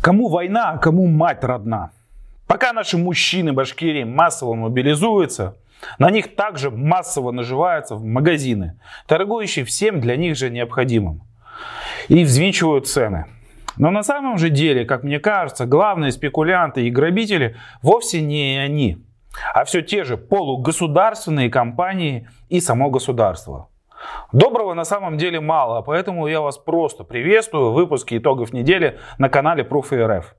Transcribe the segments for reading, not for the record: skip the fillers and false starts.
Кому война, а кому мать родна? Пока наши мужчины Башкирии массово мобилизуются, на них также массово наживаются в магазины, торгующие всем для них же необходимым, и взвинчивают цены. Но на самом же деле, как мне кажется, главные спекулянты и грабители вовсе не они, а все те же полугосударственные компании и само государство. Доброго на самом деле мало, поэтому я вас просто приветствую в выпуске итогов недели на канале Proof.rf.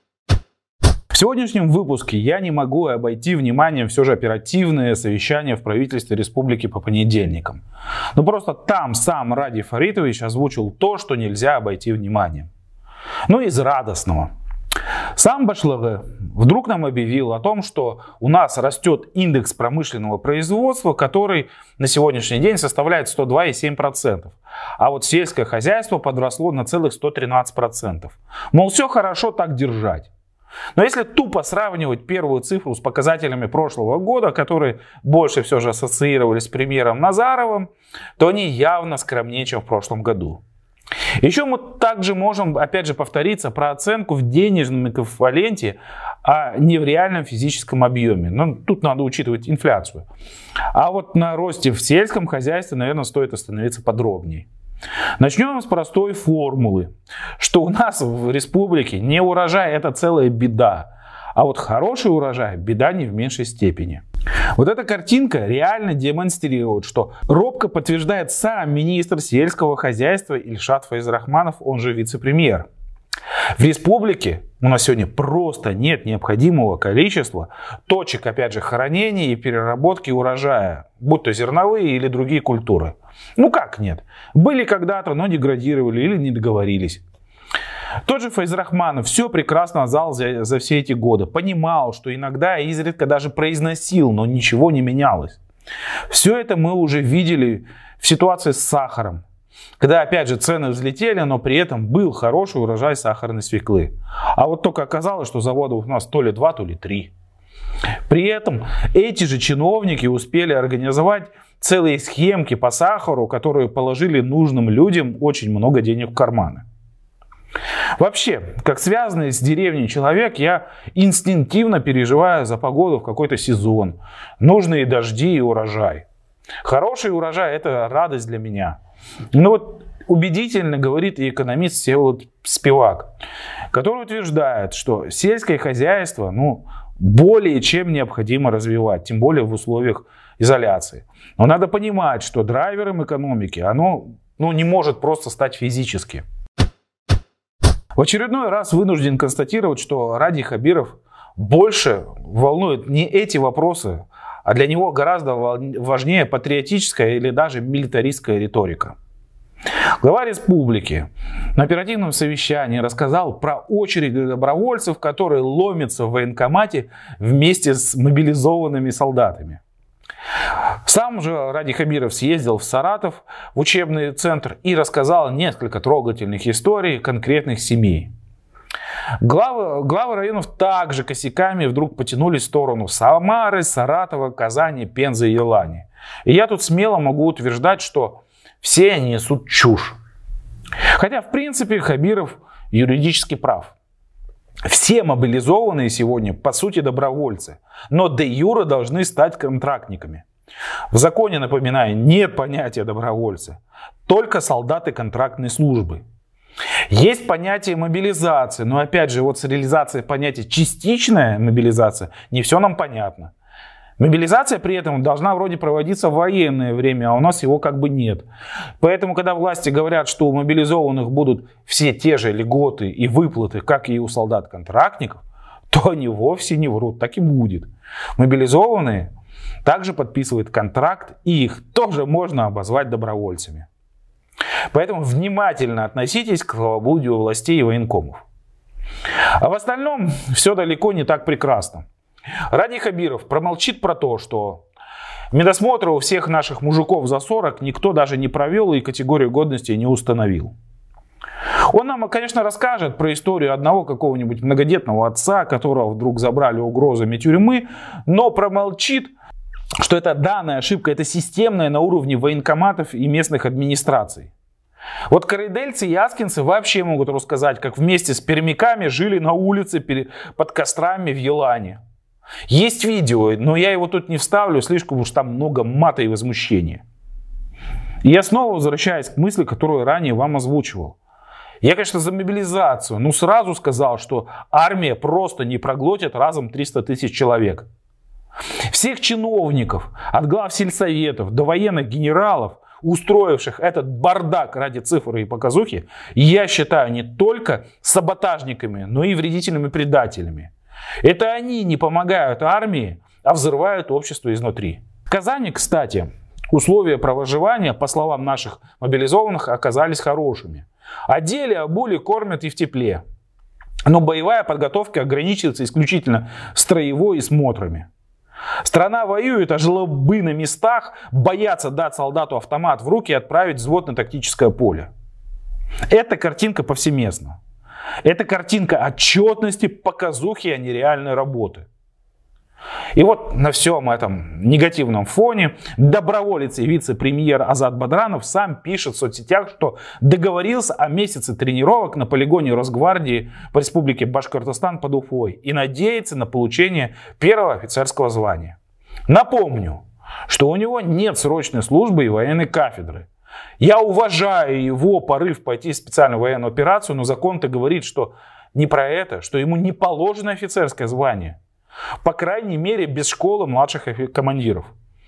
В сегодняшнем выпуске я не могу обойти вниманием все же оперативное совещание в правительстве республики по понедельникам. Но просто там сам Ради Фаритович озвучил то, что нельзя обойти вниманием. Ну из радостного. Сам Башлыгы вдруг нам объявил о том, что у нас растет индекс промышленного производства, который на сегодняшний день составляет 102,7%. А вот сельское хозяйство подросло на целых 113%. Мол, все хорошо, так держать. Но если тупо сравнивать первую цифру с показателями прошлого года, которые больше все же ассоциировались с премьером Назаровым, то они явно скромнее, чем в прошлом году. Еще мы также можем, опять же, повториться про оценку в денежном эквиваленте, а не в реальном физическом объеме. Но тут надо учитывать инфляцию. А вот на росте в сельском хозяйстве, наверное, стоит остановиться подробнее. Начнем с простой формулы, что у нас в республике не урожай — это целая беда, а вот хороший урожай — беда не в меньшей степени. Вот эта картинка реально демонстрирует, что робко подтверждает сам министр сельского хозяйства Ильшат Файзрахманов, он же вице-премьер. В республике у нас сегодня просто нет необходимого количества точек, опять же, хранения и переработки урожая, будь то зерновые или другие культуры. Ну как нет? Были когда-то, но деградировали или не договорились. Тот же Файзрахманов все прекрасно знал за все эти годы. Понимал, что иногда и изредка даже произносил, но ничего не менялось. Все это мы уже видели в ситуации с сахаром. Когда опять же цены взлетели, но при этом был хороший урожай сахарной свеклы. А вот только оказалось, что заводов у нас то ли 2, то ли 3. При этом эти же чиновники успели организовать целые схемки по сахару, которые положили нужным людям очень много денег в карманы. Вообще, как связанный с деревней человек, я инстинктивно переживаю за погоду в какой-то сезон. Нужные дожди и урожай. Хороший урожай — это радость для меня. Но вот убедительно говорит и экономист Всеволод Спивак, который утверждает, что сельское хозяйство более чем необходимо развивать, тем более в условиях изоляции. Но надо понимать, что драйвером экономики оно не может просто стать физически. В очередной раз вынужден констатировать, что Ради Хабиров больше волнует не эти вопросы, а для него гораздо важнее патриотическая или даже милитаристская риторика. Глава республики на оперативном совещании рассказал про очереди добровольцев, которые ломятся в военкомате вместе с мобилизованными солдатами. Сам же Ради Хабиров съездил в Саратов, в учебный центр, и рассказал несколько трогательных историй конкретных семей. Главы районов также косяками вдруг потянулись в сторону Самары, Саратова, Казани, Пензы и Елани. И я тут смело могу утверждать, что все они несут чушь. Хотя, в принципе, Хабиров юридически прав. Все мобилизованные сегодня, по сути, добровольцы, но де-юре должны стать контрактниками. В законе, напоминаю, нет понятия добровольца, только солдаты контрактной службы. Есть понятие мобилизации, но опять же, вот с реализацией понятия частичная мобилизация не все нам понятно. Мобилизация при этом должна вроде проводиться в военное время, а у нас его как бы нет. Поэтому, когда власти говорят, что у мобилизованных будут все те же льготы и выплаты, как и у солдат-контрактников, то они вовсе не врут, так и будет. Мобилизованные также подписывают контракт, и их тоже можно обозвать добровольцами. Поэтому внимательно относитесь к словоблудию властей и военкомов. А в остальном все далеко не так прекрасно. Ради Хабиров промолчит про то, что медосмотра у всех наших мужиков за 40 никто даже не провел и категорию годности не установил. Он нам, конечно, расскажет про историю одного какого-нибудь многодетного отца, которого вдруг забрали угрозами тюрьмы, но промолчит, что это данная ошибка, это системная на уровне военкоматов и местных администраций. Вот карайдельцы и аскинцы вообще могут рассказать, как вместе с пермяками жили на улице под кострами в Елане. Есть видео, но я его тут не вставлю, слишком уж там много мата и возмущения. И я снова возвращаюсь к мысли, которую ранее вам озвучивал. Я, конечно, за мобилизацию, но сразу сказал, что армия просто не проглотит разом 300 тысяч человек. Всех чиновников, от глав сельсоветов до военных генералов, устроивших этот бардак ради цифры и показухи, я считаю не только саботажниками, но и вредительными предателями. Это они не помогают армии, а взрывают общество изнутри. В Казани, кстати, условия проживания, по словам наших мобилизованных, оказались хорошими. Одели, обули, кормят и в тепле. Но боевая подготовка ограничивается исключительно строевой и смотрами. Страна воюет, а жлобы на местах боятся дать солдату автомат в руки и отправить взвод на тактическое поле. Эта картинка повсеместна. Это картинка отчетности, показухи, а не реальной работы. И вот на всем этом негативном фоне доброволец и вице-премьер Азат Бадранов сам пишет в соцсетях, что договорился о месяце тренировок на полигоне Росгвардии по республике Башкортостан под Уфой и надеется на получение первого офицерского звания. Напомню, что у него нет срочной службы и военной кафедры. Я уважаю его порыв пойти в специальную военную операцию, но закон-то говорит, что не про это, что ему не положено офицерское звание. По крайней мере, без школы младших командиров.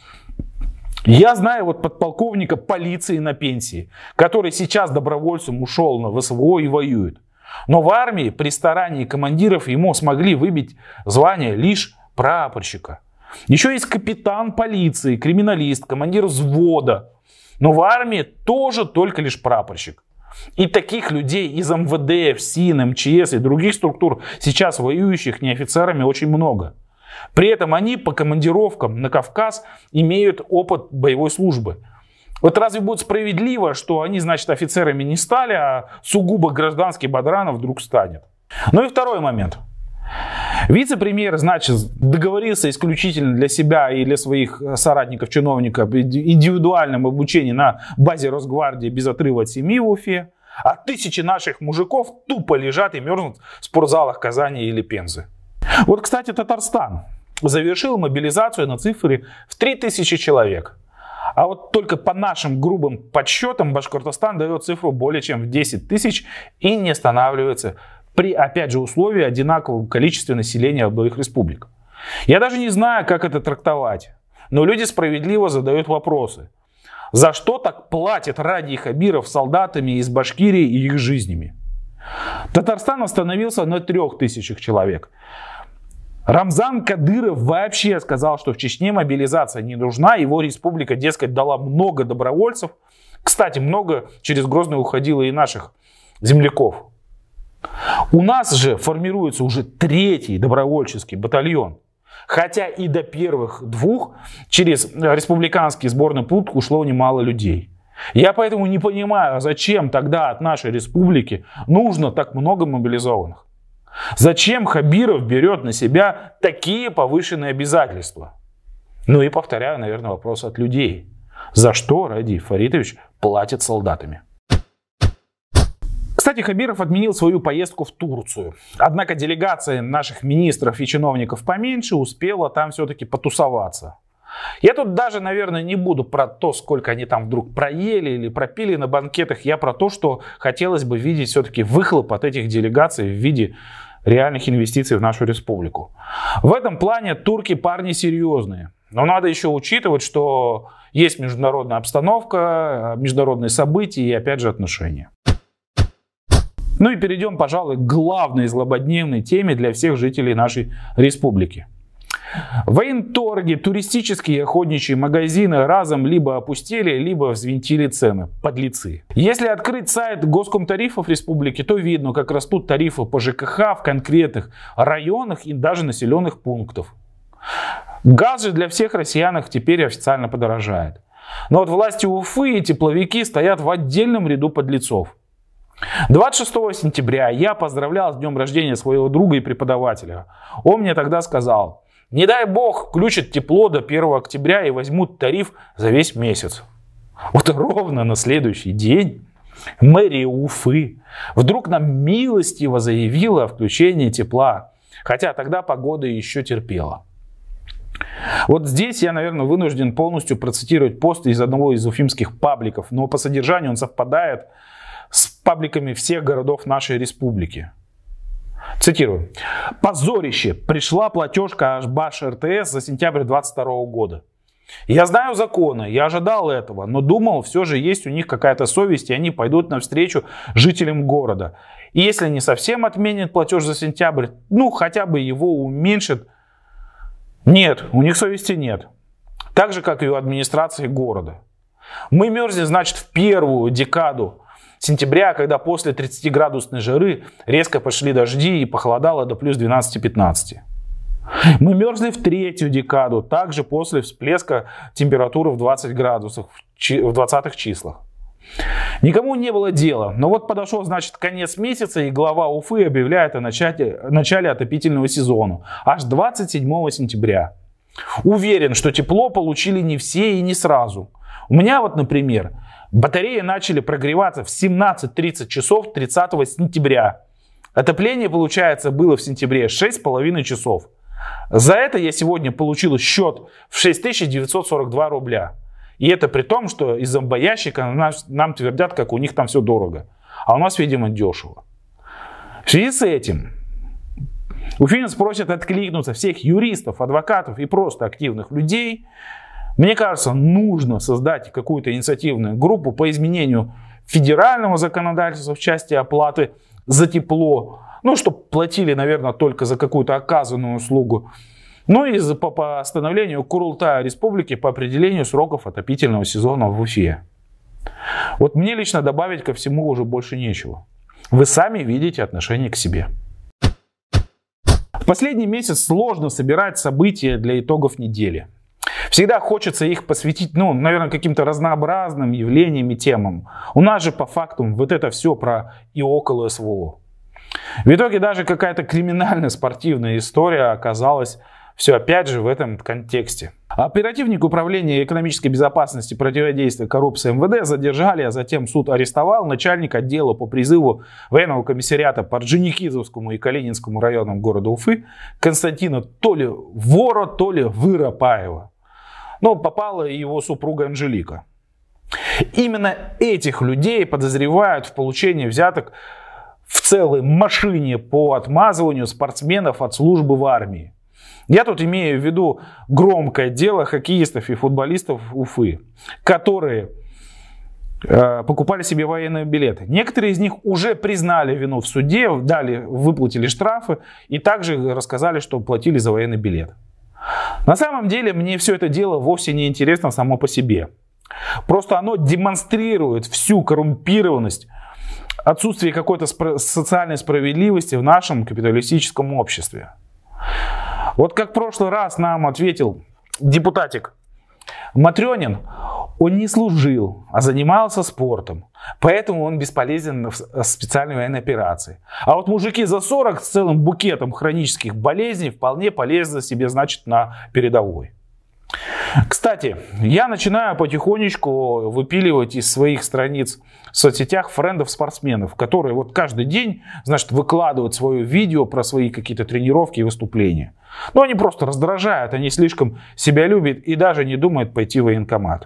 Я знаю вот подполковника полиции на пенсии, который сейчас добровольцем ушел на ВСВО и воюет. Но в армии при старании командиров ему смогли выбить звание лишь прапорщика. Еще есть капитан полиции, криминалист, командир взвода. Но в армии тоже только лишь прапорщик. И таких людей из МВД, ФСИН, МЧС и других структур, сейчас воюющих не офицерами, очень много. При этом они по командировкам на Кавказ имеют опыт боевой службы. Вот разве будет справедливо, что они, значит, офицерами не стали, а сугубо гражданский Бадранов вдруг станет? Ну и второй момент. Вице-премьер, значит, договорился исключительно для себя и для своих соратников-чиновников об индивидуальном обучении на базе Росгвардии без отрыва от семьи в Уфе, а тысячи наших мужиков тупо лежат и мерзнут в спортзалах Казани или Пензы. Вот, кстати, Татарстан завершил мобилизацию на цифре в 3000 человек. А вот только по нашим грубым подсчетам Башкортостан дает цифру более чем в 10 тысяч и не останавливается при, опять же, условии одинакового количества населения обоих республик. Я даже не знаю, как это трактовать, но люди справедливо задают вопросы. За что так платят Ради Хабиров солдатами из Башкирии и их жизнями? Татарстан остановился на 3000 человек. Рамзан Кадыров вообще сказал, что в Чечне мобилизация не нужна, его республика, дескать, дала много добровольцев. Кстати, много через Грозный уходило и наших земляков. У нас же формируется уже 3-й добровольческий батальон. Хотя и до первых 2 через республиканский сборный пункт ушло немало людей. Я поэтому не понимаю, зачем тогда от нашей республики нужно так много мобилизованных. Зачем Хабиров берет на себя такие повышенные обязательства? Ну и повторяю, наверное, вопрос от людей. За что Ради Фаритович платит солдатами? Кстати, Хабиров отменил свою поездку в Турцию. Однако делегация наших министров и чиновников поменьше успела там все-таки потусоваться. Я тут даже, наверное, не буду про то, сколько они там вдруг проели или пропили на банкетах. Я про то, что хотелось бы видеть все-таки выхлоп от этих делегаций в виде реальных инвестиций в нашу республику. В этом плане турки парни серьезные. Но надо еще учитывать, что есть международная обстановка, международные события и, опять же, отношения. Ну и перейдем, пожалуй, к главной злободневной теме для всех жителей нашей республики. Военторги, туристические и охотничьи магазины разом либо опустили, либо взвинтили цены. Подлецы. Если открыть сайт Госкомтарифов республики, то видно, как растут тарифы по ЖКХ в конкретных районах и даже населенных пунктах. Газ же для всех россиян теперь официально подорожает. Но вот власти Уфы и тепловики стоят в отдельном ряду подлецов. 26 сентября я поздравлял с днем рождения своего друга и преподавателя. Он мне тогда сказал: не дай бог включат тепло до 1 октября и возьмут тариф за весь месяц. Вот ровно на следующий день Мэрия Уфы вдруг нам милостиво заявила о включении тепла, хотя тогда погода еще терпела. Вот здесь я, наверное, вынужден полностью процитировать пост из одного из уфимских пабликов, но по содержанию он совпадает с пабликами всех городов нашей республики. Цитирую. «Позорище! Пришла платежка Ашбаш РТС за сентябрь 2022 года. Я знаю законы, я ожидал этого, но думал, все же есть у них какая-то совесть, и они пойдут навстречу жителям города. И если не совсем отменят платеж за сентябрь, ну хотя бы его уменьшат. Нет, у них совести нет. Так же, как и у администрации города. Мы мерзнем, значит, в первую декаду сентября, когда после 30-градусной жары резко пошли дожди и похолодало до плюс 12-15. Мы мерзли в третью декаду, также после всплеска температуры в 20 градусов в 20-х числах. Никому не было дела, но вот подошел, значит, конец месяца, и глава Уфы объявляет о начале отопительного сезона, аж 27 сентября. Уверен, что тепло получили не все и не сразу. У меня вот, например, батареи начали прогреваться в 17:30 часов 30 сентября. Отопление, получается, было в сентябре 6,5 часов. За это я сегодня получил счет в 6942 рубля. И это при том, что из зомбоящика нам твердят, как у них там все дорого. А у нас, видимо, дешево. В связи с этим уфимец просит откликнуться всех юристов, адвокатов и просто активных людей. Мне кажется, нужно создать какую-то инициативную группу по изменению федерального законодательства в части оплаты за тепло. Ну, чтобы платили, наверное, только за какую-то оказанную услугу. Ну и по постановлению Курултая Республики по определению сроков отопительного сезона в Уфе. Вот мне лично добавить ко всему уже больше нечего. Вы сами видите отношение к себе. В последний месяц сложно собирать события для итогов недели. Всегда хочется их посвятить, наверное, каким-то разнообразным явлениям и темам. У нас же по факту вот это все про и около СВО. В итоге даже какая-то криминальная спортивная история оказалась все опять же в этом контексте. Оперативник управления экономической безопасности и противодействия коррупции МВД задержали, а затем суд арестовал начальника отдела по призыву военного комиссариата по Орджоникидзевскому и Калининскому районам города Уфы Константина то ли Вора, то ли Выропаева. Но попала и его супруга Анжелика. Именно этих людей подозревают в получении взяток в целой машине по отмазыванию спортсменов от службы в армии. Я тут имею в виду громкое дело хоккеистов и футболистов Уфы, которые покупали себе военные билеты. Некоторые из них уже признали вину в суде, выплатили штрафы и также рассказали, что платили за военный билет. На самом деле мне все это дело вовсе не интересно само по себе. Просто оно демонстрирует всю коррумпированность, отсутствие какой-то социальной справедливости в нашем капиталистическом обществе. Вот как в прошлый раз нам ответил депутатик Матрёнин, он не служил, а занимался спортом. Поэтому он бесполезен в специальной военной операции. А вот мужики за 40 с целым букетом хронических болезней вполне полезны себе, значит, на передовой. Кстати, я начинаю потихонечку выпиливать из своих страниц в соцсетях френдов спортсменов, которые вот каждый день, значит, выкладывают свое видео про свои какие-то тренировки и выступления. Но они просто раздражают, они слишком себя любят и даже не думают пойти в военкомат.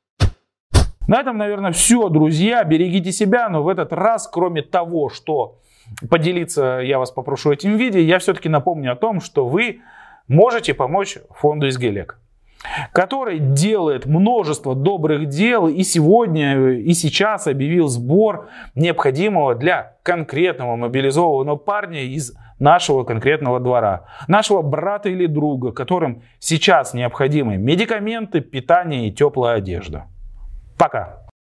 На этом, наверное, все, друзья. Берегите себя, но в этот раз, кроме того, что поделиться я вас попрошу этим видео, я все-таки напомню о том, что вы можете помочь фонду Изгелек, который делает множество добрых дел и сегодня, и сейчас объявил сбор необходимого для конкретного мобилизованного парня из нашего конкретного двора, нашего брата или друга, которым сейчас необходимы медикаменты, питание и теплая одежда. Пока!